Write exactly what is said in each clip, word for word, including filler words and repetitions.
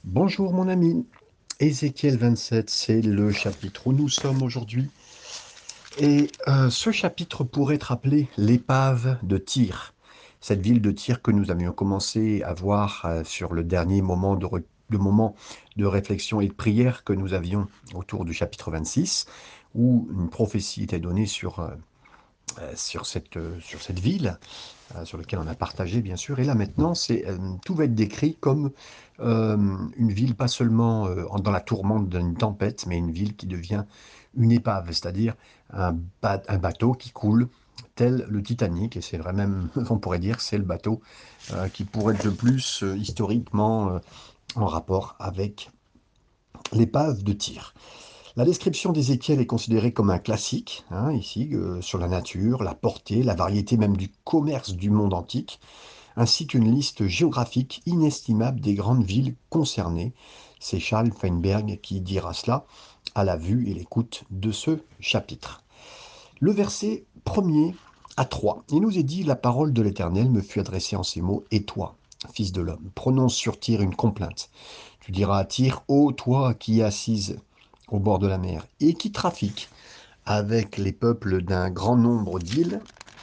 Bonjour mon ami, Ézéchiel vingt-sept, c'est le chapitre où nous sommes aujourd'hui. Et euh, ce chapitre pourrait être appelé l'épave de Tyr. Cette ville de Tyr que nous avions commencé à voir euh, sur le dernier moment de, re- de moment de réflexion et de prière que nous avions autour du chapitre vingt-six, où une prophétie était donnée sur, euh, euh, sur, cette, euh, sur cette ville euh, sur lequel on a partagé, bien sûr. Et là, maintenant, c'est, euh, tout va être décrit comme euh, une ville, pas seulement euh, en- dans la tourmente d'une tempête, mais une ville qui devient une épave, c'est-à-dire un, ba- un bateau qui coule, tel le Titanic. Et c'est vrai même, on pourrait dire, c'est le bateau euh, qui pourrait être le plus euh, historiquement euh, en rapport avec l'épave de Tyr. La description d'Ézéchiel est considérée comme un classique, hein, ici, euh, sur la nature, la portée, la variété même du commerce du monde antique, ainsi qu'une liste géographique inestimable des grandes villes concernées. C'est Charles Feinberg qui dira cela à la vue et l'écoute de ce chapitre. Le verset premier à trois. Il nous est dit, la parole de l'Éternel me fut adressée en ces mots, et toi, fils de l'homme, prononce sur Tyr une complainte. Tu diras à Tyr, ô toi qui es assise au bord de la mer et qui trafique avec les peuples d'un grand nombre d'îles,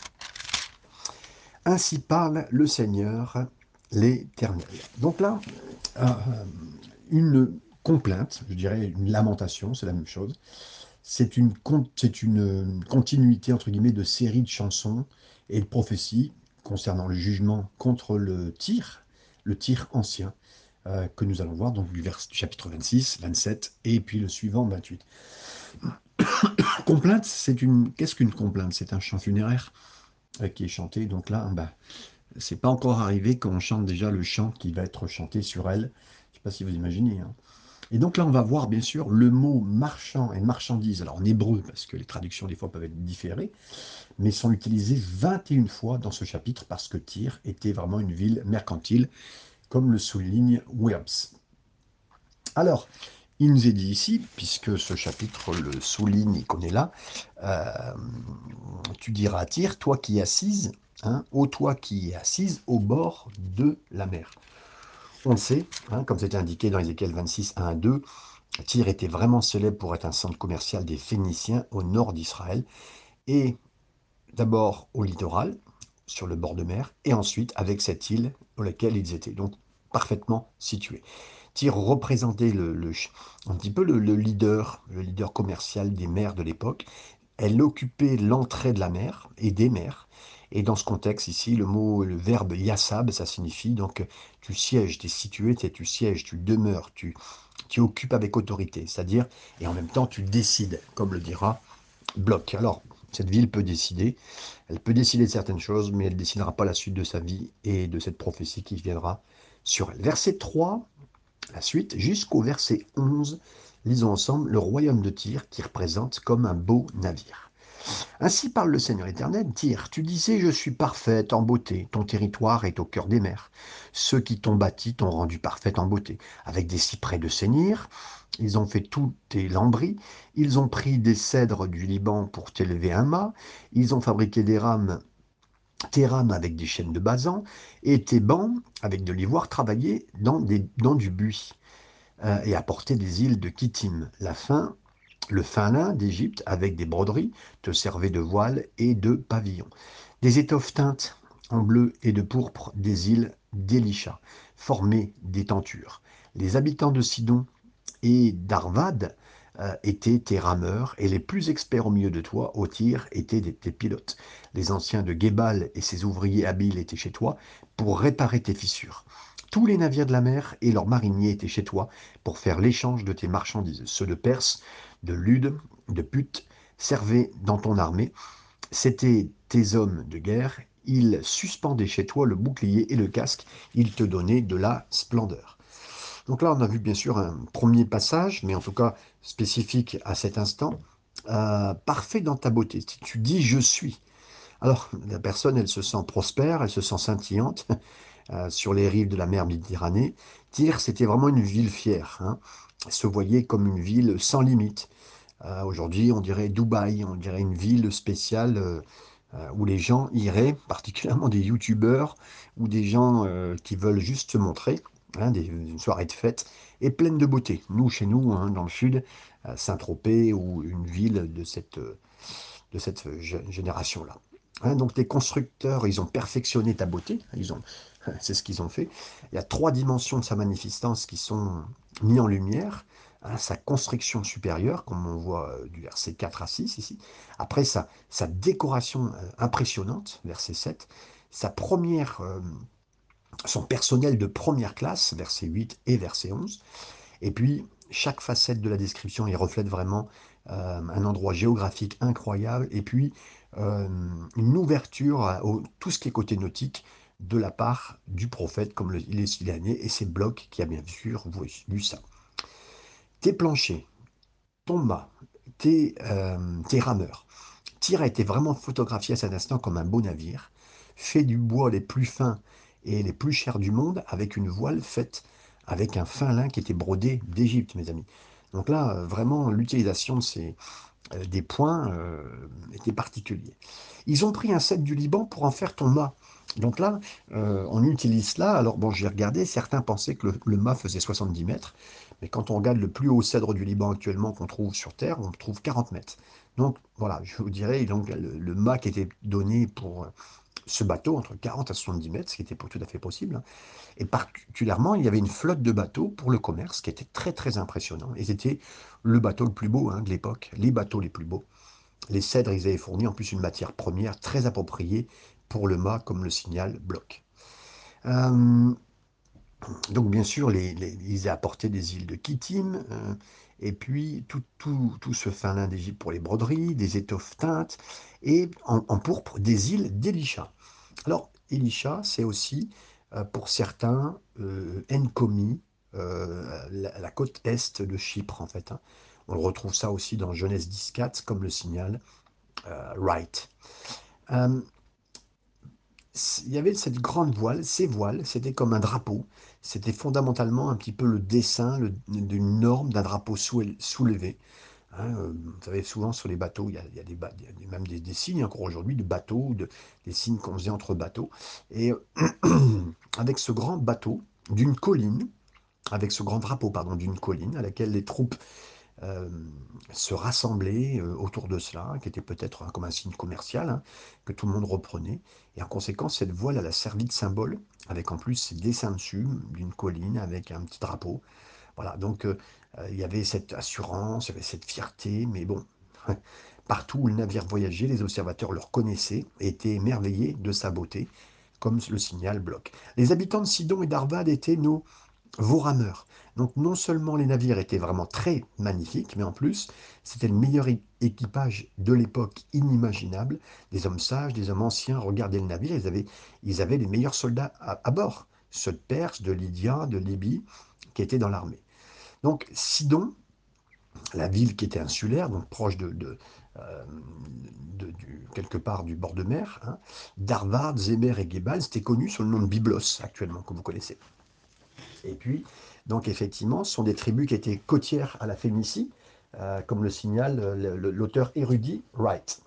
ainsi parle le Seigneur l'Éternel. Donc là, euh, une complainte, je dirais une lamentation, c'est la même chose. C'est une, c'est une continuité, entre guillemets, de séries de chansons et de prophéties concernant le jugement contre le tir, le tir ancien, euh, que nous allons voir, donc du, vers, du chapitre vingt-six, vingt-sept, et puis le suivant, vingt-huit. Complainte, c'est une. Qu'est-ce qu'une complainte? C'est un chant funéraire euh, qui est chanté. Donc là, bah, c'est pas encore arrivé quand on chante déjà le chant qui va être chanté sur elle. Je sais pas si vous imaginez, hein. Et donc là, on va voir bien sûr le mot marchand et marchandise, alors en hébreu, parce que les traductions des fois peuvent être différées, mais sont utilisées vingt et une fois dans ce chapitre parce que Tyr était vraiment une ville mercantile, comme le souligne Webs. Alors, il nous est dit ici, puisque ce chapitre le souligne et qu'on est là, euh, tu diras à Tyr, toi qui es assise, hein, ô toi qui es assise au bord de la mer. On le sait, hein, comme c'était indiqué dans Ézéchiel vingt-six, un à deux, Tyr était vraiment célèbre pour être un centre commercial des Phéniciens au nord d'Israël, et d'abord au littoral, sur le bord de mer, et ensuite avec cette île dans laquelle ils étaient, donc parfaitement situés. Tyr représentait le, le- un petit peu le, le leader, le leader commercial des mers de l'époque. Elle occupait l'entrée de la mer et des mers. Et dans ce contexte ici, le mot, le verbe yassab, ça signifie donc tu sièges, tu es situé, tu tu sièges, tu demeures, tu, tu occupes avec autorité, c'est-à-dire, et en même temps tu décides, comme le dira Bloch. Alors, cette ville peut décider, elle peut décider de certaines choses, mais elle ne décidera pas la suite de sa vie et de cette prophétie qui viendra sur elle. Verset trois, la suite, jusqu'au verset onze, lisons ensemble le royaume de Tyr qui représente comme un beau navire. Ainsi parle le Seigneur éternel, Tyr, tu disais, je suis parfaite en beauté, ton territoire est au cœur des mers. Ceux qui t'ont bâti t'ont rendu parfaite en beauté. Avec des cyprès de Sénir, ils ont fait tous tes lambris, ils ont pris des cèdres du Liban pour t'élever un mât, ils ont fabriqué des rames, tes rames avec des chaînes de basan, et tes bancs avec de l'ivoire travaillé dans, des, dans du buis, euh, et apporté des îles de Kittim. La fin le fin lin d'Égypte avec des broderies te servait de voile et de pavillon. Des étoffes teintes en bleu et de pourpre des îles d'Elisha formaient des tentures. Les habitants de Sidon et d'Arvad euh, étaient tes rameurs, et les plus experts au milieu de toi, au tir, étaient des, tes pilotes. Les anciens de Gébal et ses ouvriers habiles étaient chez toi pour réparer tes fissures. Tous les navires de la mer et leurs mariniers étaient chez toi pour faire l'échange de tes marchandises. Ceux de Perse, de Lude, de Put servaient dans ton armée. C'étaient tes hommes de guerre. Ils suspendaient chez toi le bouclier et le casque. Ils te donnaient de la splendeur. Donc là, on a vu bien sûr un premier passage, mais en tout cas spécifique à cet instant. Euh, parfait dans ta beauté. Si tu dis je suis. Alors, la personne, elle se sent prospère, elle se sent scintillante euh, sur les rives de la mer Méditerranée. Tyr, c'était vraiment une ville fière, hein. Elle se voyait comme une ville sans limite. Euh, aujourd'hui, on dirait Dubaï, on dirait une ville spéciale euh, euh, où les gens iraient, particulièrement des youtubeurs ou des gens euh, qui veulent juste se montrer. hein, des, une soirée de fête, et pleine de beauté. Nous, chez nous, hein, dans le sud, à Saint-Tropez ou une ville de cette, euh, de cette gé- génération-là. Hein, donc les constructeurs, ils ont perfectionné ta beauté, ils ont, c'est ce qu'ils ont fait. Il y a trois dimensions de sa magnificence qui sont mises en lumière. Hein, sa construction supérieure, comme on voit euh, du verset quatre à six ici. Après, sa, sa décoration euh, impressionnante, verset sept. Sa première, euh, son personnel de première classe, verset huit et verset onze. Et puis, chaque facette de la description, il reflète vraiment euh, un endroit géographique incroyable, et puis euh, une ouverture à au- tout ce qui est côté nautique de la part du prophète, comme le- il est souligné, et ses blocs qui a bien sûr vu, vu ça. Tes planchers, ton mât, tes, euh, tes rameurs. Tyr a été vraiment photographié à cet instant comme un beau navire, fait du bois les plus fins et les plus chers du monde, avec une voile faite avec un fin lin qui était brodé d'Égypte, mes amis. Donc là, euh, vraiment, l'utilisation de ces, euh, des points euh, était particulier. Ils ont pris un cèdre du Liban pour en faire ton mât. Donc là, euh, on utilise cela. Alors bon, j'ai regardé, certains pensaient que le, le mât faisait soixante-dix mètres, mais quand on regarde le plus haut cèdre du Liban actuellement qu'on trouve sur Terre, on trouve quarante mètres. Donc voilà, je vous dirais, donc, le, le mât qui était donné pour euh, ce bateau, entre quarante à soixante-dix mètres, ce qui était pour tout à fait possible, hein. Et particulièrement, il y avait une flotte de bateaux pour le commerce qui était très très impressionnant. Et c'était le bateau le plus beau hein, de l'époque, les bateaux les plus beaux. Les cèdres, ils avaient fourni en plus une matière première très appropriée pour le mât, comme le signal bloc. Euh, donc bien sûr, les, les- ils avaient apporté des îles de Kittim, euh, et puis tout, tout, tout ce fin lin d'Égypte pour les broderies, des étoffes teintes, et en, en pourpre, des îles d'Elisha. Alors, Elisha, c'est aussi, euh, pour certains, euh, Nkomi, euh, la, la côte est de Chypre, en fait, hein. On le retrouve ça aussi dans Genèse dix quatre, comme le signal euh, Wright. Euh, il y avait cette grande voile, ces voiles, c'était comme un drapeau. C'était fondamentalement un petit peu le dessin le- d'une norme d'un drapeau sou- soulevé. Hein, euh, vous savez, souvent sur les bateaux, il y a, il y a des, ba- il y a des- même des, des signes encore aujourd'hui de bateaux, de, des signes qu'on faisait entre bateaux. Et euh, avec ce grand bateau d'une colline, avec ce grand drapeau, pardon, d'une colline, à laquelle les troupes euh, se rassemblaient euh, autour de cela, qui était peut-être hein, comme un signe commercial, hein, que tout le monde reprenait. Et en conséquence, cette voile, elle a servi de symbole, avec en plus ces dessins dessus d'une colline avec un petit drapeau. Voilà, donc euh, euh, il y avait cette assurance, il y avait cette fierté, mais bon, partout où le navire voyageait, les observateurs le reconnaissaient et étaient émerveillés de sa beauté, comme le signal bloc. Les habitants de Sidon et d'Arvad étaient nos vos rameurs. Donc non seulement les navires étaient vraiment très magnifiques, mais en plus, c'était le meilleur é- équipage de l'époque inimaginable. Des hommes sages, des hommes anciens regardaient le navire, ils avaient, ils avaient les meilleurs soldats à, à bord, ceux de Perse, de Lydia, de Libye, qui étaient dans l'armée. Donc Sidon, la ville qui était insulaire, donc proche de, de, euh, de- du- quelque part du bord de mer, hein, Darvard, Zémer et Gebal, c'était connu sous le nom de Byblos actuellement, que vous connaissez. Et puis, donc effectivement, ce sont des tribus qui étaient côtières à la Phénicie, euh, comme le signale euh, le- le- l'auteur érudit Wright.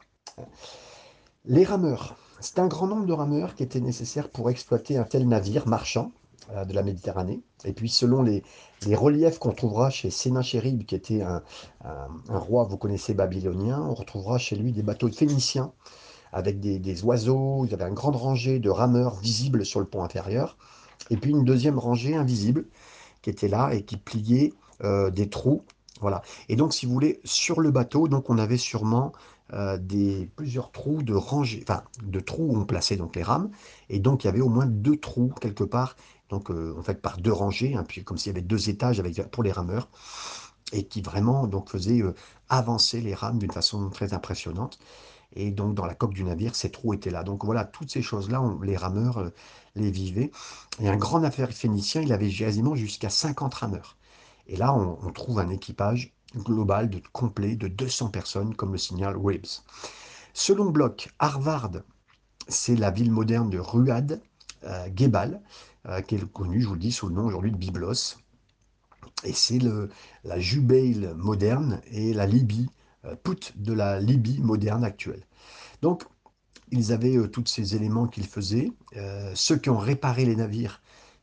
Les rameurs. C'est un grand nombre de rameurs qui étaient nécessaires pour exploiter un tel navire marchand euh, de la Méditerranée. Et puis, selon les, les reliefs qu'on trouvera chez Sénachérib, qui était un, un- un roi, vous connaissez, babylonien, on retrouvera chez lui des bateaux phéniciens avec des, des oiseaux. Il y avait une grande rangée de rameurs visibles sur le pont inférieur. Et puis une deuxième rangée invisible qui était là et qui pliait euh, des trous. Voilà. Et donc, si vous voulez, sur le bateau, donc on avait sûrement euh, des, plusieurs trous de rangées, enfin, de trous où on plaçait donc les rames. Et donc, il y avait au moins deux trous quelque part, donc euh, en fait par deux rangées, hein, puis comme s'il y avait deux étages avec, pour les rameurs, et qui vraiment donc faisaient euh, avancer les rames d'une façon très impressionnante. Et donc, dans la coque du navire, ces trous étaient là. Donc voilà, toutes ces choses-là, on- les rameurs euh, les vivaient. Et un grand navire phénicien, il avait quasiment jusqu'à cinquante rameurs. Et là, on, on trouve un équipage global de complet de deux cents personnes, comme le signale Reeves. Selon Bloch, Harvard, c'est la ville moderne de Ruad, euh, Gebal, euh, qui est connue, je vous le dis, sous le nom aujourd'hui de Byblos. Et c'est le, la Jubail moderne et la Libye, euh, Put de la Libye moderne actuelle. Donc, ils avaient euh, tous ces éléments qu'ils faisaient. Euh, ceux qui ont réparé les navires,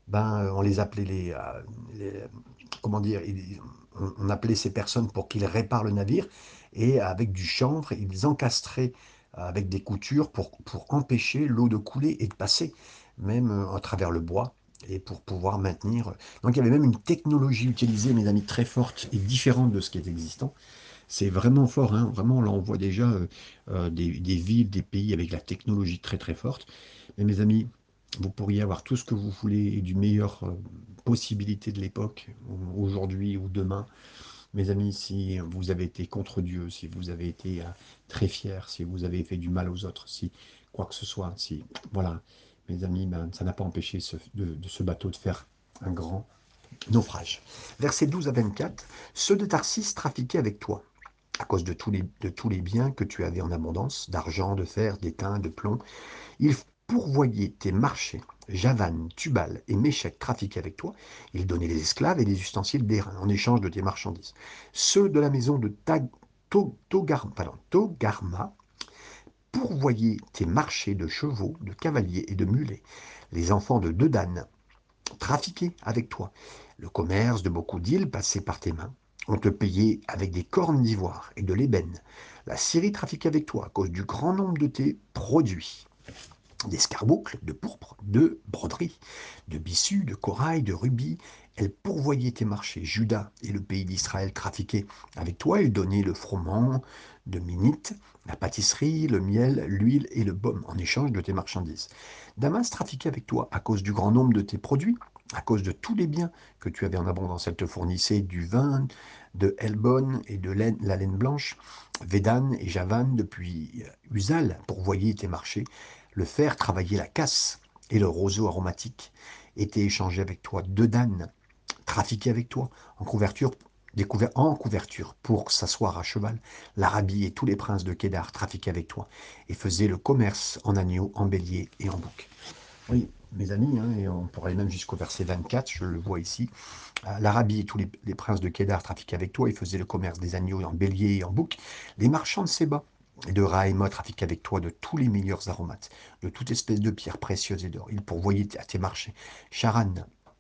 ben, euh, on les appelait les, euh, les- comment dire, ils- on, on appelait ces personnes pour qu'ils réparent le navire et avec du chanvre, ils encastraient euh, avec des coutures pour, pour empêcher l'eau de couler et de passer, même euh, à travers le bois et pour pouvoir maintenir. Donc il y avait même une technologie utilisée, mes amis, très forte et différente de ce qui est existant. C'est vraiment fort, hein. Vraiment, là, on voit déjà euh, euh, des, des villes, des pays avec la technologie très très forte. Mais mes amis, vous pourriez avoir tout ce que vous voulez et du meilleur euh, possibilité de l'époque, ou- aujourd'hui ou demain. Mes amis, si vous avez été contre Dieu, si vous avez été euh, très fier, si vous avez fait du mal aux autres, si quoi que ce soit, si voilà, mes amis, ben, ça n'a pas empêché ce- de, de ce bateau de faire un grand naufrage. Versets douze à vingt-quatre, ceux de Tarsis trafiquaient avec toi à cause de tous les, de tous les biens que tu avais en abondance, d'argent, de fer, d'étain, de plomb. Ils pourvoyaient tes marchés. Javan, Tubal et Méchec trafiquaient avec toi. Ils donnaient les esclaves et les ustensiles d'airain en échange de tes marchandises. Ceux de la maison de Tag, To- Togar- pardon, Togarma pourvoyaient tes marchés de chevaux, de cavaliers et de mulets. Les enfants de Dedan trafiquaient avec toi. Le commerce de beaucoup d'îles passait par tes mains. On te payait avec des cornes d'ivoire et de l'ébène. La Syrie trafiquait avec toi à cause du grand nombre de tes produits. D'escarboucles, de pourpre, de broderie, de bissus, de corail, de rubis. Elle pourvoyait tes marchés. Juda et le pays d'Israël trafiquaient avec toi. Ils donnaient le froment de Minite, la pâtisserie, le miel, l'huile et le baume en échange de tes marchandises. Damas trafiquait avec toi à cause du grand nombre de tes produits, à cause de tous les biens que tu avais en abondance. Elle te fournissait du vin, de Helbon et de laine- la laine blanche, Védan et Javan depuis Usal pourvoyaient tes marchés. Le fer travaillait la casse et le roseau aromatique était échangé avec toi. Deux danes trafiquaient avec toi en couverture, découvert en couverture pour s'asseoir à cheval. L'Arabie et tous les princes de Kédar trafiquaient avec toi et faisaient le commerce en agneaux, en béliers et en boucs. Oui, mes amis, hein, et on pourrait aller même jusqu'au verset vingt-quatre, je le vois ici. Euh, L'Arabie et tous les, les princes de Kédar trafiquaient avec toi, ils faisaient le commerce des agneaux en bélier et en bouc. Les marchands de Séba et de Raïma trafiquaient avec toi de tous les meilleurs aromates, de toute espèce de pierres précieuses et d'or. Ils pourvoyaient à tes marchés Charan,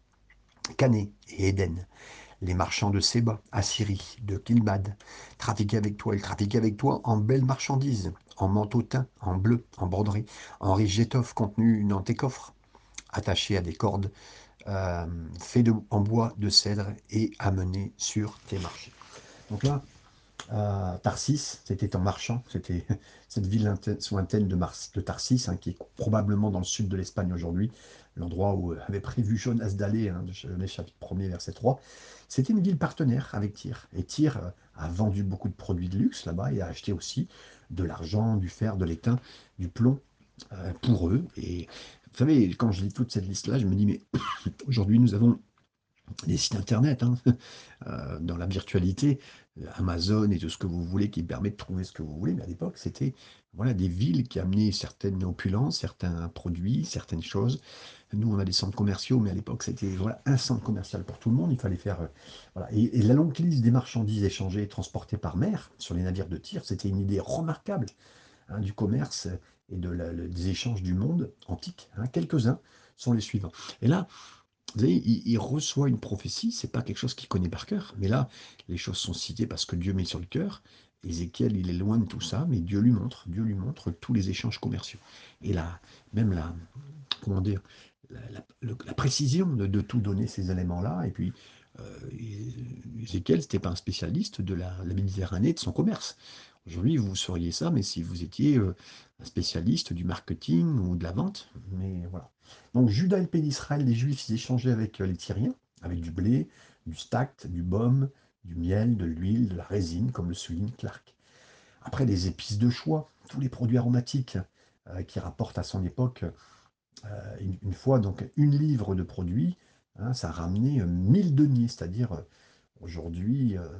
Cané et Éden. Les marchands de Séba, Assyrie, de Kilmad trafiquaient avec toi. Ils trafiquaient avec toi en belles marchandises, en manteau teint, en bleu, en broderie, en riches étoffes contenues dans tes coffres, attachés à des cordes euh, fait de, en bois de cèdre et amené sur tes marchés. Donc là, euh, Tarsis, c'était en marchant, c'était cette ville lointaine de, Mars, de Tarsis, hein, qui est probablement dans le sud de l'Espagne aujourd'hui, l'endroit où avait prévu Jonas d'aller, hein, Genèse chapitre premier, verset trois. C'était une ville partenaire avec Tyr. Et Tyr euh, a vendu beaucoup de produits de luxe là-bas et a acheté aussi de l'argent, du fer, de l'étain, du plomb euh, pour eux. Et vous savez, quand je lis toute cette liste-là, je me dis, mais aujourd'hui, nous avons des sites internet, hein, euh, dans la virtualité, euh, Amazon et tout ce que vous voulez qui permet de trouver ce que vous voulez. Mais à l'époque, c'était voilà, des villes qui amenaient certaines opulences, certains produits, certaines choses. Nous, on a des centres commerciaux, mais à l'époque, c'était voilà, un centre commercial pour tout le monde. Il fallait faire. euh, voilà. Et, et la longue liste des marchandises échangées et transportées par mer sur les navires de tir, c'était une idée remarquable, hein, du commerce et de la- le- des échanges du monde antique, hein. Quelques-uns sont les suivants. Et là, vous savez, il, il reçoit une prophétie, c'est pas quelque chose qu'il connaît par cœur, mais là, les choses sont citées parce que Dieu met sur le cœur. Ézéchiel, il est loin de tout ça, mais Dieu lui montre, Dieu lui montre tous les échanges commerciaux. Et là, même la, comment dire, la, la- le- la précision de, de tout donner ces éléments-là. Et puis, euh, Ézéchiel, c'était pas un spécialiste de la, la Méditerranée, de son commerce. Aujourd'hui, vous sauriez ça, mais si vous étiez euh, un spécialiste du marketing ou de la vente, mais voilà. Donc, Juda et le pays d'Israël, les Juifs, ils échangeaient avec euh, les Tyriens, avec du blé, du stact, du baume, du miel, de l'huile, de la résine, comme le souligne Clark. Après, les épices de choix, tous les produits aromatiques euh, qui rapportent à son époque, euh, une, une fois, donc une livre de produits, hein, ça ramenait euh, mille deniers, c'est-à-dire euh, aujourd'hui, euh,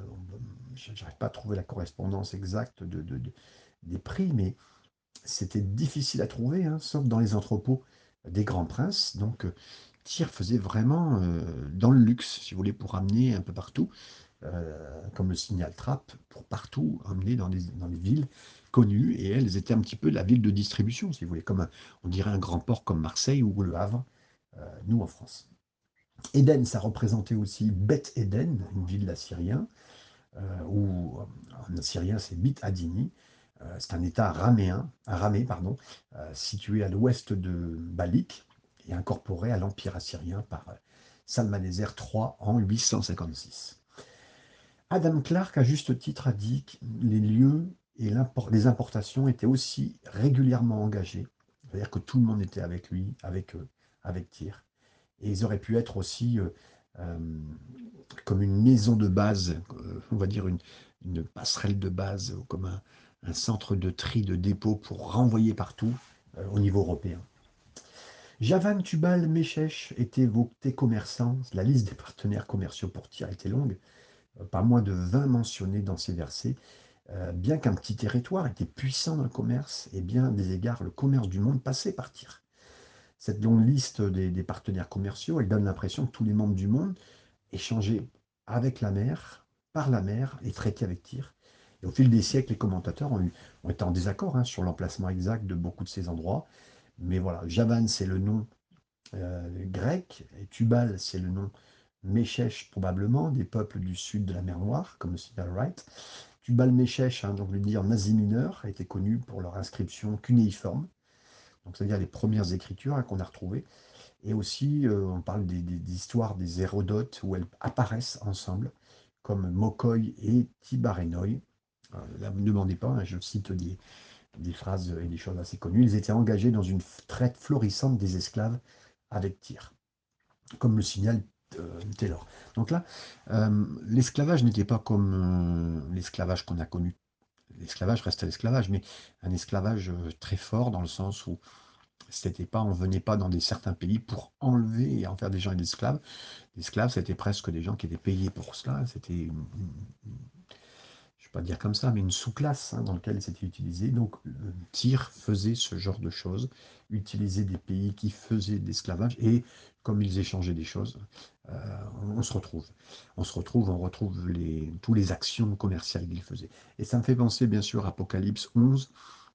je n'arrive pas à trouver la correspondance exacte de, de- de- des prix, mais c'était difficile à trouver, hein, sauf dans les entrepôts des grands princes. Donc, euh, Tyr faisait vraiment euh, dans le luxe, si vous voulez, pour amener un peu partout, euh, comme le signal Trappe, pour partout amener dans les, dans les villes connues. Et elles étaient un petit peu la ville de distribution, si vous voulez, comme un- on dirait un grand port comme Marseille ou Le Havre, euh, nous en France. Éden, ça représentait aussi Beth Éden, une ville assyrien, euh, où en assyrien c'est Bit Adini. Euh, c'est un État araméen, aramé, pardon, euh, situé à l'ouest de Balik et incorporé à l'Empire assyrien par euh, Salmaneser trois en huit cent cinquante-six. Adam Clarke, à juste titre, a dit que les lieux et l'impor- les importations étaient aussi régulièrement engagés, c'est-à-dire que tout le monde était avec lui, avec eux, avec Tyr. Et ils auraient pu être aussi euh, euh, comme une maison de base, euh, on va dire une, une passerelle de base, ou comme un, un centre de tri, de dépôt pour renvoyer partout euh, au niveau européen. Javan, Tubal, Meshech étaient vos tes commerçants. La liste des partenaires commerciaux pour Tyr était longue, euh, pas moins de vingt mentionnés dans ces versets. Euh, bien qu'un petit territoire était puissant dans le commerce, et bien des égards, le commerce du monde passait par Tyr. Cette longue liste des, des partenaires commerciaux, elle donne l'impression que tous les membres du monde échanger avec la mer, par la mer, et traiter avec Tyr. Et au fil des siècles, les commentateurs ont, eu, ont été en désaccord hein, sur l'emplacement exact de beaucoup de ces endroits. Mais voilà, Javan, c'est le nom euh, grec, et Tubal, c'est le nom Meshech, probablement, des peuples du sud de la mer Noire, comme le signale Wright. Tubal Meshech, hein, donc le dit en Asie mineure, a été connu pour leur inscription cunéiforme, donc c'est-à-dire les premières écritures hein, qu'on a retrouvées. Et aussi, euh, on parle des, des- des histoires des Hérodotes où elles apparaissent ensemble, comme Mokoï et Tibarénoï. Euh, là, vous ne me demandez pas, hein, je cite des, des phrases et des choses assez connues. Ils étaient engagés dans une traite florissante des esclaves avec Tyr, comme le signale euh, Taylor. Donc là, euh, l'esclavage n'était pas comme euh, l'esclavage qu'on a connu. L'esclavage restait l'esclavage, mais un esclavage euh, très fort dans le sens où c'était pas, on venait pas dans des certains pays pour enlever et en faire des gens esclaves. Les esclaves, c'était presque des gens qui étaient payés pour cela. C'était, une- une- je ne vais pas dire comme ça, mais une sous-classe hein, dans laquelle c'était utilisé. Donc, le tir faisait ce genre de choses, utiliser des pays qui faisaient de l'esclavage et comme ils échangeaient des choses, euh, on, on se retrouve. On se retrouve, on retrouve les, tous les actions commerciales qu'ils faisaient. Et ça me fait penser, bien sûr, à Apocalypse onze,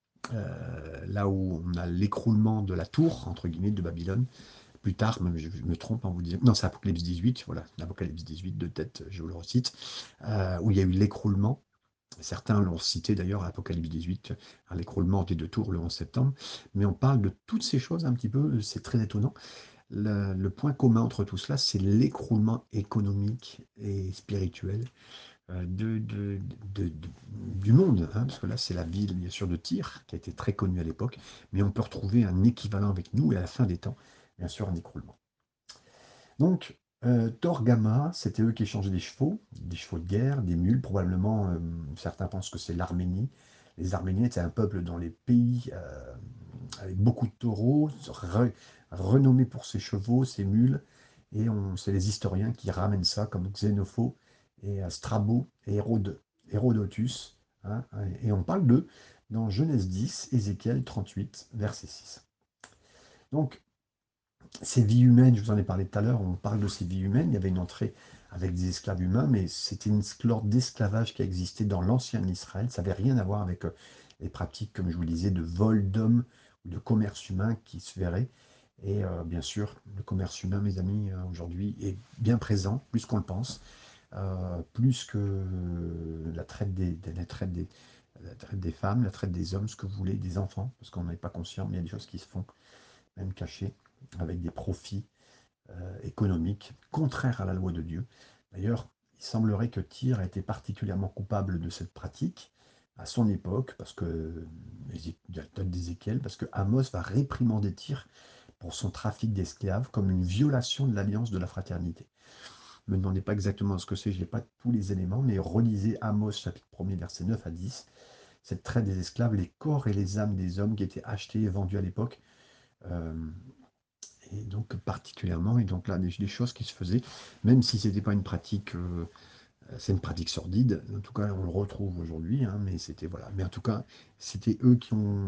euh, là où on a l'écroulement de la tour, entre guillemets, de Babylone. Plus tard, même je, je me trompe en vous disant, non, c'est Apocalypse dix-huit, voilà, l'Apocalypse dix-huit de tête, je vous le recite, euh, où il y a eu l'écroulement. Certains l'ont cité d'ailleurs à Apocalypse dix-huit, à l'écroulement des deux tours le onze septembre, mais on parle de toutes ces choses un petit peu, c'est très étonnant. Le, le point commun entre tout cela, c'est l'écroulement économique et spirituel euh, de, de- de- de- du monde, hein, parce que là, c'est la ville, bien sûr, de Tyr, qui a été très connue à l'époque, mais on peut retrouver un équivalent avec nous, et à la fin des temps, bien sûr, un écroulement. Donc, euh, Torgama, c'était eux qui échangeaient des chevaux, des chevaux de guerre, des mules, probablement, euh, certains pensent que c'est l'Arménie. Les Arméniens étaient un peuple dans les pays euh, avec beaucoup de taureaux, re- renommés pour ses chevaux, ses mules, et on, c'est les historiens qui ramènent ça, comme Xénophon et euh, Strabo et Hérode, Hérodotus, hein, et on parle d'eux dans Genèse dix, Ézéchiel trente-huit, verset six. Donc, ces vies humaines, je vous en ai parlé tout à l'heure, on parle de ces vies humaines, il y avait une entrée avec des esclaves humains, mais c'était une sorte d'esclavage qui existait dans l'ancien Israël, ça n'avait rien à voir avec euh, les pratiques, comme je vous le disais, de vol d'hommes ou de commerce humain qui se verrait. Et euh, bien sûr, le commerce humain, mes amis, euh, aujourd'hui est bien présent, plus qu'on le pense, euh, plus que la traite des, des- la traite des, la traite des femmes, la traite des hommes, ce que vous voulez, des enfants, parce qu'on n'est pas conscient, mais il y a des choses qui se font, même cachées, avec des profits euh, économiques contraires à la loi de Dieu. D'ailleurs, il semblerait que Tyr a été particulièrement coupable de cette pratique à son époque, parce que il y a peut-être d'Ézéchiel, parce que Amos va réprimander Tyr pour son trafic d'esclaves comme une violation de l'alliance de la fraternité. Ne me demandez pas exactement ce que c'est, je n'ai pas tous les éléments, mais relisez Amos chapitre premier, versets neuf à dix. Cette traite des esclaves, les corps et les âmes des hommes qui étaient achetés et vendus à l'époque, euh, et donc particulièrement, et donc là, des, des choses qui se faisaient, même si c'était pas une pratique, euh, c'est une pratique sordide, en tout cas, on le retrouve aujourd'hui, hein, mais c'était, voilà. Mais en tout cas, c'était eux qui ont,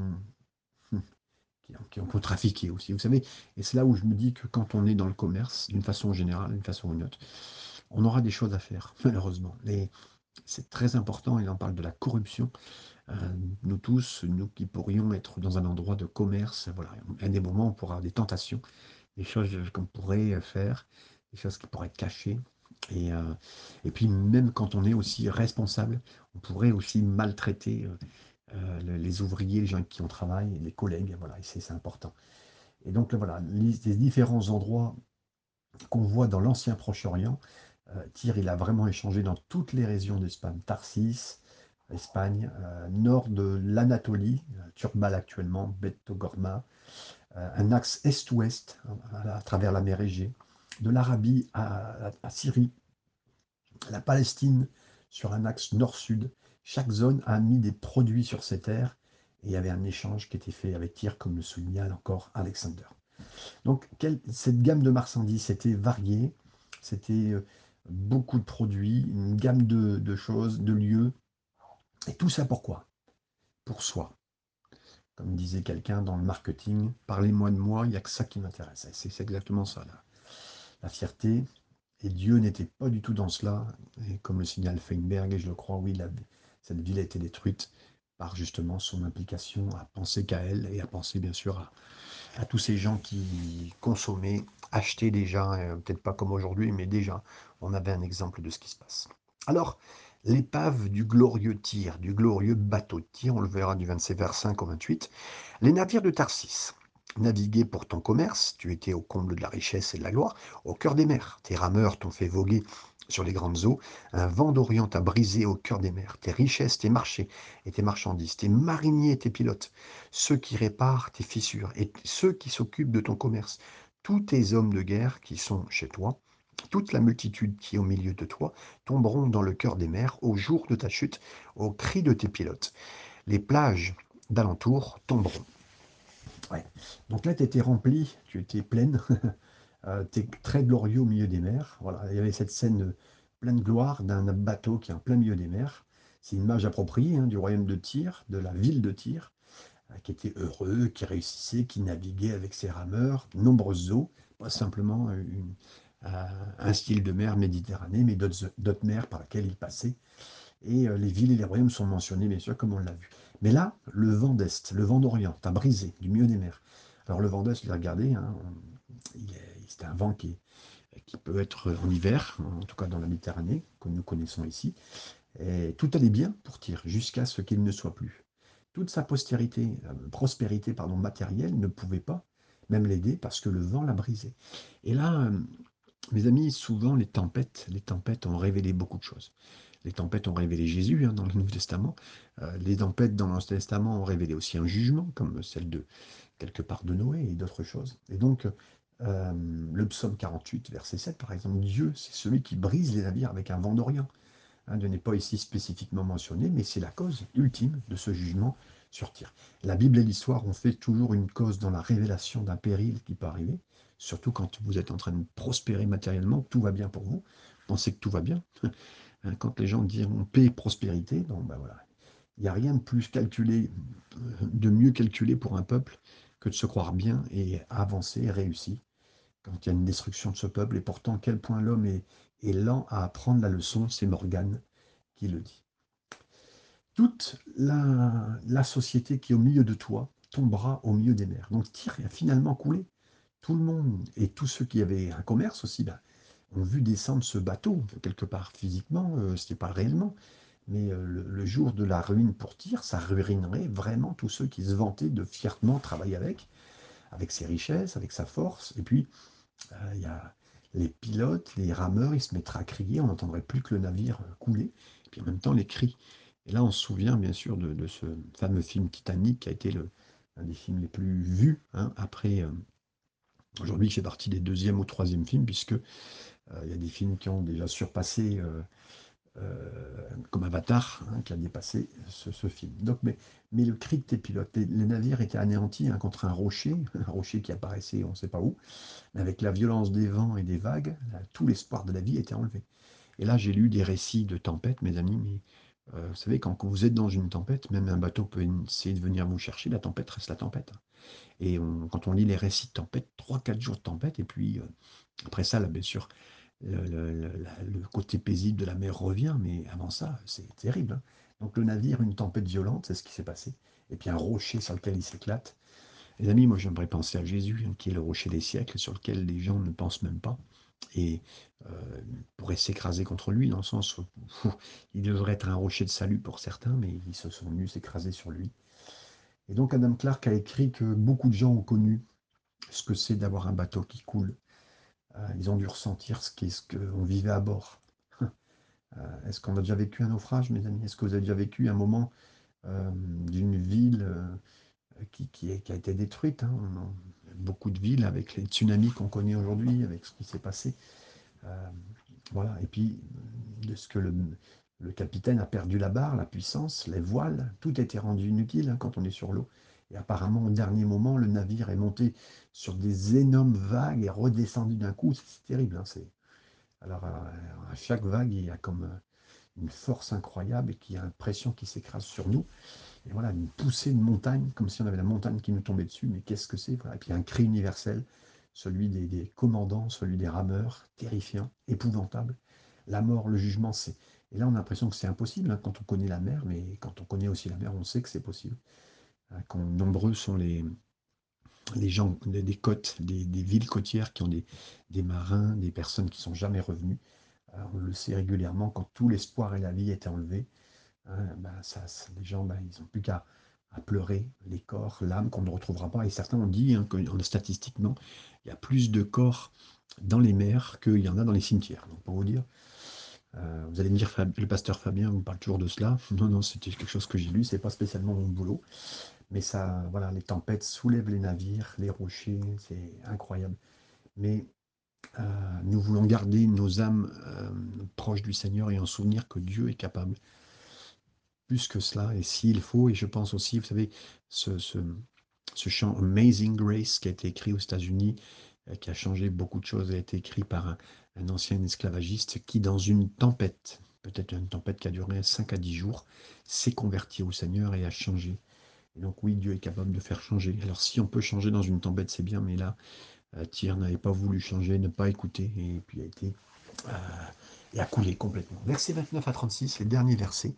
qui ont, qui ont- qui ont trafiqué aussi, vous savez, et c'est là où je me dis que quand on est dans le commerce, d'une façon générale, d'une façon ou d'une autre, on aura des choses à faire, malheureusement. Et c'est très important, il en parle de la corruption. Euh, nous tous, nous qui pourrions être dans un endroit de commerce, voilà, à des moments, on pourra avoir des tentations, des choses qu'on pourrait faire, des choses qui pourraient être cachées. Et, euh, et puis même quand on est aussi responsable, on pourrait aussi maltraiter euh, euh, le- les ouvriers, les gens qui ont travaillé, les collègues, voilà, et c'est c'est important. Et donc là, voilà, les, les différents endroits qu'on voit dans l'ancien Proche-Orient, euh, Tyr, il a vraiment échangé dans toutes les régions d'Espagne, Tarsis, Espagne, euh, nord de l'Anatolie, euh, Turbal actuellement, Bet Togarma, euh, un axe est-ouest hein, à, à travers la mer Égée, de l'Arabie à, à- à Syrie, la Palestine sur un axe nord-sud. Chaque zone a mis des produits sur ses terres et il y avait un échange qui était fait avec Tyr, comme le soulignait encore Alexander. Donc quelle- cette gamme de marchandises, c'était varié, c'était euh, beaucoup de produits, une gamme de, de choses, de lieux, et tout ça pourquoi? Pour soi. Comme disait quelqu'un dans le marketing, parlez-moi de moi, il n'y a que ça qui m'intéresse. Et C'est c'est exactement ça, là. La fierté. Et Dieu n'était pas du tout dans cela. Et comme le signale Feinberg, et je le crois, oui, la- cette ville a été détruite par justement son implication à penser qu'à elle et à penser bien sûr à, à tous ces gens qui consommaient, achetaient déjà, euh, peut-être pas comme aujourd'hui, mais déjà, on avait un exemple de ce qui se passe. Alors, l'épave du glorieux Tyr, du glorieux bateau de Tyr, on le verra du vingt-sept vers cinq au vingt-huit, les navires de Tarsis naviguaient pour ton commerce, tu étais au comble de la richesse et de la gloire, au cœur des mers. Tes rameurs t'ont fait voguer sur les grandes eaux, un vent d'Orient t'a brisé au cœur des mers. Tes richesses, tes marchés et tes marchandises, tes mariniers, tes pilotes, ceux qui réparent tes fissures et ceux qui s'occupent de ton commerce, tous tes hommes de guerre qui sont chez toi, toute la multitude qui est au milieu de toi, tomberont dans le cœur des mers au jour de ta chute, au cri de tes pilotes. Les plages d'alentour tomberont. Ouais. Donc là, tu étais rempli, tu étais pleine, euh, tu es très glorieux au milieu des mers. Voilà, il y avait cette scène euh, pleine de gloire d'un bateau qui est en plein milieu des mers. C'est une image appropriée hein, du royaume de Tyr, de la ville de Tyr, euh, qui était heureux, qui réussissait, qui naviguait avec ses rameurs, nombreuses eaux, pas simplement euh, une- euh, un style de mer méditerranée, mais d'autres d'autres mers par lesquelles il passait. Et euh, les villes et les royaumes sont mentionnés, bien sûr, comme on l'a vu. Mais là, le vent d'Est, le vent d'Orient, t'as brisé du milieu des mers. Alors le vent d'Est, je l'ai regardé, hein, il est- c'est un vent qui, est- qui peut être en hiver, en tout cas dans la Méditerranée, que nous connaissons ici. Et tout allait bien pour Tyr, jusqu'à ce qu'il ne soit plus. Toute sa postérité, euh, prospérité pardon, matérielle ne pouvait pas même l'aider parce que le vent l'a brisé. Et là, euh, mes amis, souvent les tempêtes, les tempêtes ont révélé beaucoup de choses. Les tempêtes ont révélé Jésus hein, dans le Nouveau Testament. Euh, les tempêtes dans l'Ancien Testament ont révélé aussi un jugement, comme celle de quelque part de Noé et d'autres choses. Et donc, euh, le psaume quarante-huit, verset sept, par exemple, Dieu, c'est celui qui brise les navires avec un vent d'Orient. Hein, Dieu n'est pas ici spécifiquement mentionné, mais c'est la cause ultime de ce jugement sur Tyr. La Bible et l'histoire ont fait toujours une cause dans la révélation d'un péril qui peut arriver, surtout quand vous êtes en train de prospérer matériellement, tout va bien pour vous, pensez que tout va bien. Hein, Quand les gens diront paix et prospérité, donc ben voilà, il n'y a rien de plus calculé, euh, de mieux calculé pour un peuple que de se croire bien et avancer et réussir quand il y a une destruction de ce peuple. Et pourtant, quel point l'homme est, est lent à apprendre la leçon, c'est Morgane qui le dit. Toute la, la société qui est au milieu de toi tombera au milieu des mers. Donc Tyr a finalement coulé. Tout le monde et tous ceux qui avaient un commerce aussi ben, ont vu descendre ce bateau, quelque part physiquement, euh, ce n'était pas réellement, mais euh, le, le jour de la ruine pour Tyr, ça ruinerait vraiment tous ceux qui se vantaient de fièrement travailler avec, avec ses richesses, avec sa force. Et puis, euh, il y a les pilotes, les rameurs, ils se mettraient à crier, on n'entendrait plus que le navire euh, couler, et puis en même temps les cris. Et là, on se souvient bien sûr de, de ce fameux film Titanic, qui a été le, un des films les plus vus, hein, après, euh, aujourd'hui, il fait partie des deuxième ou troisième films, puisque euh, il y a des films qui ont déjà surpassé euh, euh, comme Avatar, hein, qui a dépassé ce, ce film. Donc, mais, mais le cri de tes pilotes, les, les navires étaient anéantis hein, contre un rocher, un rocher qui apparaissait on ne sait pas où, mais avec la violence des vents et des vagues, là, tout l'espoir de la vie était enlevé. Et là, j'ai lu des récits de tempêtes, mes amis, mais euh, vous savez, quand, quand vous êtes dans une tempête, même un bateau peut essayer de venir vous chercher, la tempête reste la tempête. Et on- quand on lit les récits de tempête, trois quatre jours de tempête, et puis euh, après ça, là, bien sûr, le, le- le- la- le côté paisible de la mer revient, mais avant ça, c'est terrible. Hein. Donc le navire, une tempête violente, c'est ce qui s'est passé. Et puis un rocher sur lequel il s'éclate. Les amis, moi j'aimerais penser à Jésus, hein, qui est le rocher des siècles, sur lequel les gens ne pensent même pas. et euh, pourraient s'écraser contre lui, dans le sens où, où il devrait être un rocher de salut pour certains, mais ils se sont venus s'écraser sur lui. Et donc Adam Clark a écrit que beaucoup de gens ont connu ce que c'est d'avoir un bateau qui coule. Euh, ils ont dû ressentir ce qu'est ce qu'on vivait à bord. Euh, Est-ce qu'on a déjà vécu un naufrage, mes amis? Est-ce que vous avez déjà vécu un moment euh, d'une ville euh, qui, qui est- qui a été détruite, hein? On en- Beaucoup de villes avec les tsunamis qu'on connaît aujourd'hui, avec ce qui s'est passé. Euh, voilà. Et puis, de ce que le, le capitaine a perdu la barre, la puissance, les voiles, tout était rendu inutile, hein, quand on est sur l'eau. Et apparemment, au dernier moment, le navire est monté sur des énormes vagues et redescendu d'un coup. C'est terrible, hein, c'est... Alors, à, à chaque vague, il y a comme euh, une force incroyable et qui a l'impression qu'il s'écrase sur nous. Et voilà, une poussée de montagne, comme si on avait la montagne qui nous tombait dessus. Mais qu'est-ce que c'est? Voilà. Et puis un cri universel, celui des, des commandants, celui des rameurs, terrifiant, épouvantable. La mort, le jugement, c'est... Et là, on a l'impression que c'est impossible, hein, quand on connaît la mer, mais quand on connaît aussi la mer, on sait que c'est possible. Hein, quand nombreux sont les, les gens des, des côtes, des, des villes côtières qui ont des, des marins, des personnes qui sont jamais revenues. Euh, on le sait régulièrement, quand tout l'espoir et la vie étaient enlevés, hein, ben, ça, ça- les gens, ben, ils n'ont plus qu'à à pleurer les corps, l'âme qu'on ne retrouvera pas. Et certains ont dit, hein, que, en statistiquement, il y a plus de corps dans les mers qu'il y en a dans les cimetières. Donc pour vous dire, euh, vous allez me dire, Fab- le pasteur Fabien vous parle toujours de cela. Non, non, c'était quelque chose que j'ai lu, c'est pas spécialement mon boulot. Mais ça, voilà, les tempêtes soulèvent les navires, les rochers, c'est incroyable. Mais euh, nous voulons garder nos âmes euh, proches du Seigneur et en souvenir que Dieu est capable plus que cela, et s'il faut, et je pense aussi, vous savez, ce, ce, ce chant Amazing Grace qui a été écrit aux États-Unis, euh, qui a changé beaucoup de choses, a été écrit par un, un ancien esclavagiste qui, dans une tempête, peut-être une tempête qui a duré cinq à dix jours, s'est converti au Seigneur et a changé. Et donc oui, Dieu est capable de faire changer. Alors si on peut changer dans une tempête, c'est bien, mais là, euh, Tyr n'avait pas voulu changer, ne pas écouter, et puis a été euh, et a coulé complètement. Versets vingt-neuf à trente-six, les derniers versets.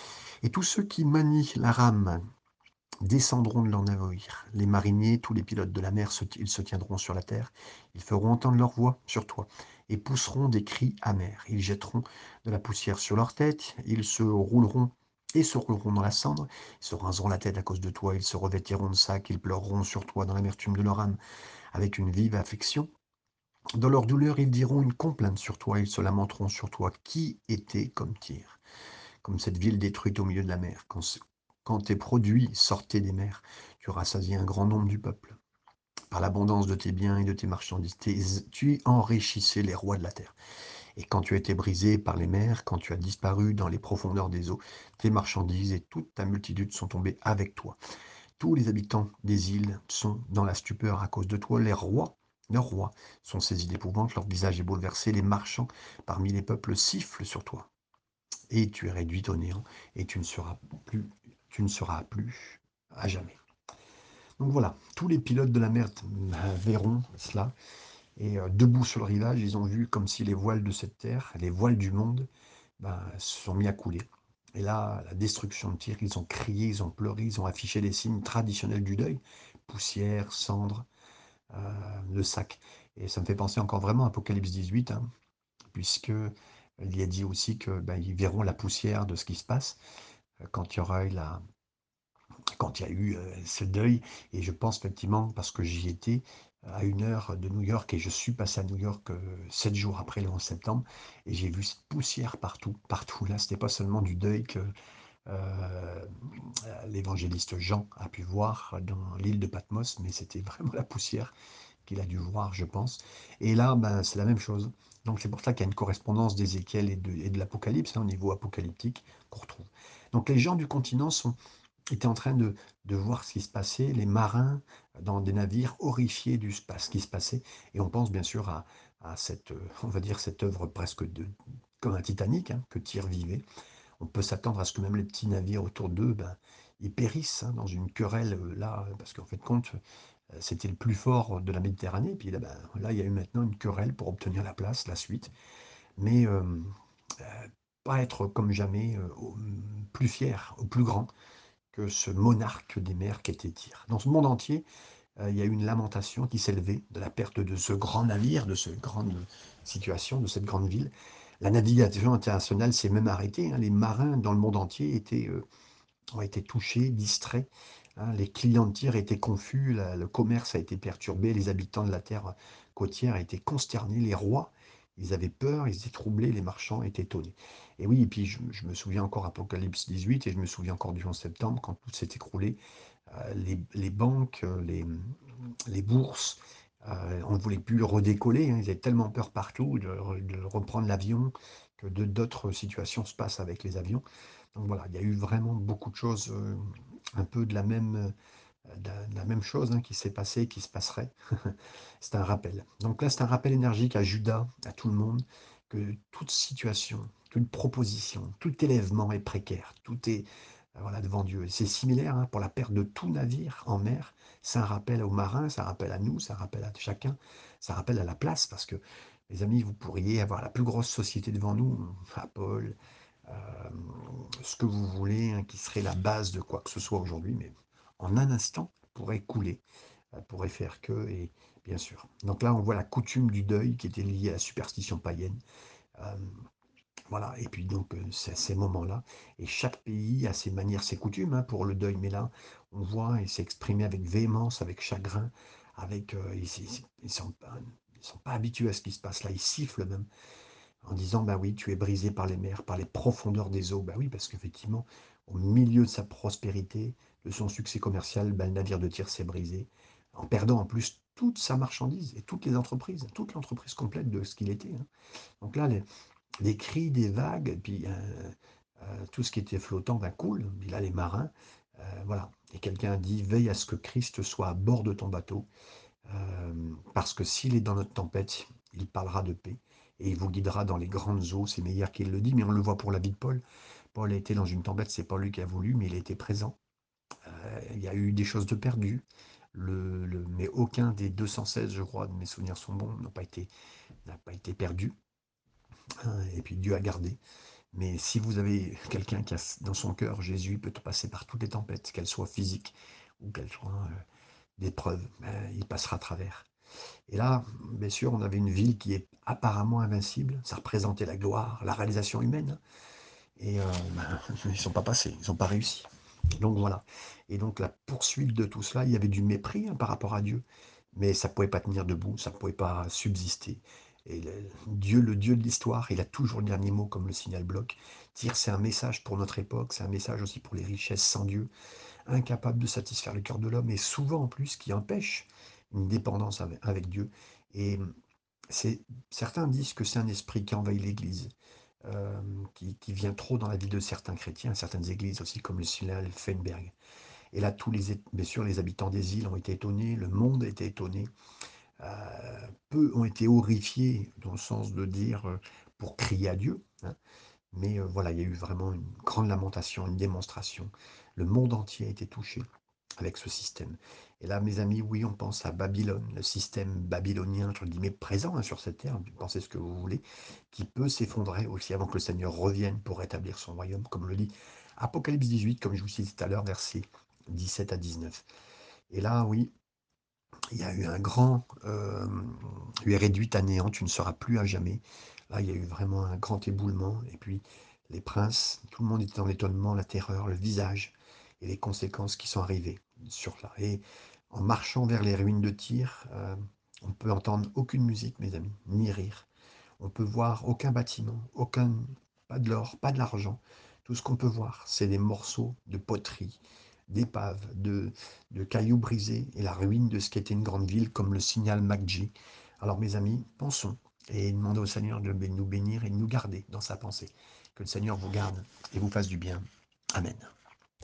Et tous ceux qui manient la rame descendront de leur navire. Les mariniers, tous les pilotes de la mer, se, ils se tiendront sur la terre. Ils feront entendre leur voix sur toi et pousseront des cris amers. Ils jetteront de la poussière sur leur tête. Ils se rouleront et se rouleront dans la cendre. Ils se raseront la tête à cause de toi. Ils se revêtiront de sacs. Ils pleureront sur toi dans l'amertume de leur âme avec une vive affection. Dans leur douleur, ils diront une complainte sur toi. Ils se lamenteront sur toi. Qui était comme Tyr, comme cette ville détruite au milieu de la mer? Quand, quand tes produits sortaient des mers, tu rassasiais un grand nombre du peuple. Par l'abondance de tes biens et de tes marchandises, tu enrichissais les rois de la terre. Et quand tu as été brisé par les mers, quand tu as disparu dans les profondeurs des eaux, tes marchandises et toute ta multitude sont tombées avec toi. Tous les habitants des îles sont dans la stupeur à cause de toi. Les rois, leurs rois, sont saisis d'épouvante, leur visage est bouleversé, les marchands parmi les peuples sifflent sur toi. Et tu es réduit au néant, et tu ne seras plus, tu ne seras plus à jamais. Donc voilà, tous les pilotes de la mer euh, verront cela, et euh, debout sur le rivage, ils ont vu comme si les voiles de cette terre, les voiles du monde, ben, se sont mis à couler. Et là, la destruction de Tyr, ils ont crié, ils ont pleuré, ils ont affiché les signes traditionnels du deuil, poussière, cendre, euh, le sac. Et ça me fait penser encore vraiment à Apocalypse dix-huit, hein, puisque il y a dit aussi que ben, ils verront la poussière de ce qui se passe euh, quand il y aura eu la, quand il y a eu euh, ce deuil. Et je pense effectivement, parce que j'y étais euh, à une heure de New York, et je suis passé à New York euh, sept jours après le onze septembre, et j'ai vu cette poussière partout, partout. Là, c'était pas seulement du deuil que euh, l'évangéliste Jean a pu voir dans l'île de Patmos, mais c'était vraiment la poussière qu'il a dû voir, je pense. Et là, ben, c'est la même chose. Donc c'est pour ça qu'il y a une correspondance d'Ézéchiel et de, et de l'Apocalypse, hein, au niveau apocalyptique, qu'on retrouve. Donc les gens du continent sont étaient en train de, de voir ce qui se passait, les marins dans des navires horrifiés du ce qui se passait. Et on pense bien sûr à, à cette, euh, on va dire, cette œuvre presque de, comme un Titanic, hein, que Tyr vivait. On peut s'attendre à ce que même les petits navires autour d'eux, ben, ils périssent, hein, dans une querelle euh, là, parce qu'en fait, compte, euh, c'était le plus fort de la Méditerranée. Puis là, ben, là, il y a eu maintenant une querelle pour obtenir la place, la suite. Mais euh, euh, pas être comme jamais euh, au- plus fier, au plus grand que ce monarque des mers qu'était Tyr. Dans ce monde entier, euh, il y a eu une lamentation qui s'est levée de la perte de ce grand navire, de cette grande situation, de cette grande ville. La navigation internationale s'est même arrêtée, hein. Les marins dans le monde entier étaient, euh, ont été touchés, distraits, hein. Les clients de tir étaient confus, la- le commerce a été perturbé, les habitants de la terre côtière étaient consternés, les rois, ils avaient peur, ils étaient troublés, les marchands étaient étonnés. Et oui, et puis je, je me souviens encore Apocalypse dix-huit, et je me souviens encore du onze septembre, quand tout s'est écroulé, euh, les, les banques, euh, les, les bourses, euh, on ne voulait plus le redécoller, hein. Ils avaient tellement peur partout de, re- de reprendre l'avion que de- d'autres situations se passent avec les avions. Donc voilà, il y a eu vraiment beaucoup de choses, euh, un peu de la même, euh, de la de la même chose, hein, qui s'est passé, qui se passerait. C'est un rappel. Donc là, c'est un rappel énergique à Judas, à tout le monde, que toute situation, toute proposition, tout élèvement est précaire, tout est euh, voilà, devant Dieu. Et c'est similaire, hein, pour la perte de tout navire en mer. C'est un rappel aux marins, ça rappelle à nous, ça rappelle à chacun, ça rappelle à la place, parce que, mes amis, vous pourriez avoir la plus grosse société devant nous, Apple, euh, ce que vous voulez, hein, qui serait la base de quoi que ce soit aujourd'hui, mais en un instant, pourrait couler, euh, pourrait faire que, et bien sûr. Donc là, on voit la coutume du deuil qui était liée à la superstition païenne. Euh, voilà, et puis donc, euh, c'est à ces moments-là, et chaque pays a ses manières, ses coutumes, hein, pour le deuil, mais là, on voit, et c'est exprimé avec véhémence, avec chagrin, avec, euh, ils, ils, ils sont pas, ils sont pas habitués à ce qui se passe là, ils sifflent même, en disant, bah oui, tu es brisé par les mers, par les profondeurs des eaux. Bah oui, parce qu'effectivement, au milieu de sa prospérité, de son succès commercial, bah, le navire de tir s'est brisé, en perdant en plus toute sa marchandise et toutes les entreprises, toute l'entreprise complète de ce qu'il était, hein. Donc là, les, les cris des vagues, et puis euh, euh, tout ce qui était flottant, bah, coule. Puis là, les marins, euh, voilà. Et quelqu'un dit, veille à ce que Christ soit à bord de ton bateau, euh, parce que s'il est dans notre tempête, il parlera de paix et il vous guidera dans les grandes eaux. C'est meilleur qu'il le dit, mais on le voit pour la vie de Paul. Paul a été dans une tempête, c'est pas lui qui a voulu, mais il était présent. Euh, il y a eu des choses de perdues, le, le- mais aucun des deux cent seize, je crois, de mes souvenirs sont bons, n'a pas été, n'a pas été perdu, hein. Et puis Dieu a gardé. Mais si vous avez quelqu'un qui a dans son cœur, Jésus peut passer par toutes les tempêtes, qu'elles soient physiques ou qu'elles soient euh, d'épreuves, ben, il passera à travers. Et là, bien sûr, on avait une ville qui est apparemment invincible. Ça représentait la gloire, la réalisation humaine. Et euh, ben, ils ne sont pas passés, ils n'ont pas réussi. Donc voilà. Et donc la poursuite de tout cela, il y avait du mépris, hein, par rapport à Dieu, mais ça ne pouvait pas tenir debout, ça ne pouvait pas subsister. Et le- Dieu, le Dieu de l'histoire, il a toujours le dernier mot, comme le signal bloc. Dire, c'est un message pour notre époque, c'est un message aussi pour les richesses sans Dieu, incapable de satisfaire le cœur de l'homme, et souvent en plus qui empêche une dépendance avec, avec Dieu. Et c'est, certains disent que c'est un esprit qui envahit l'Église, euh, qui, qui vient trop dans la vie de certains chrétiens, certaines églises aussi, comme le Synal Feinberg. Et là, tous les, bien sûr, les habitants des îles ont été étonnés, le monde a été étonné, euh, peu ont été horrifiés, dans le sens de dire, euh, pour crier à Dieu, hein. Mais euh, voilà, il y a eu vraiment une grande lamentation, une démonstration. Le monde entier a été touché avec ce système. Et là, mes amis, oui, on pense à Babylone, le système babylonien, entre guillemets, présent, hein, sur cette terre, pensez ce que vous voulez, qui peut s'effondrer aussi avant que le Seigneur revienne pour rétablir son royaume, comme le dit Apocalypse dix-huit, comme je vous citais tout à l'heure, versets dix-sept à dix-neuf. Et là, oui, il y a eu un grand, euh, tu es réduite à néant, tu ne seras plus à jamais. Là, il y a eu vraiment un grand éboulement. Et puis, les princes, tout le monde était dans l'étonnement, la terreur, le visage et les conséquences qui sont arrivées sur là. Et en marchant vers les ruines de Tyr, euh, on peut entendre aucune musique, mes amis, ni rire. On peut voir aucun bâtiment, aucun, pas de l'or, pas de l'argent. Tout ce qu'on peut voir, c'est des morceaux de poterie, d'épaves, de, de cailloux brisés et la ruine de ce qui était une grande ville comme le signal Maggi. Alors mes amis, pensons et demandons au Seigneur de nous bénir et de nous garder dans sa pensée. Que le Seigneur vous garde et vous fasse du bien. Amen.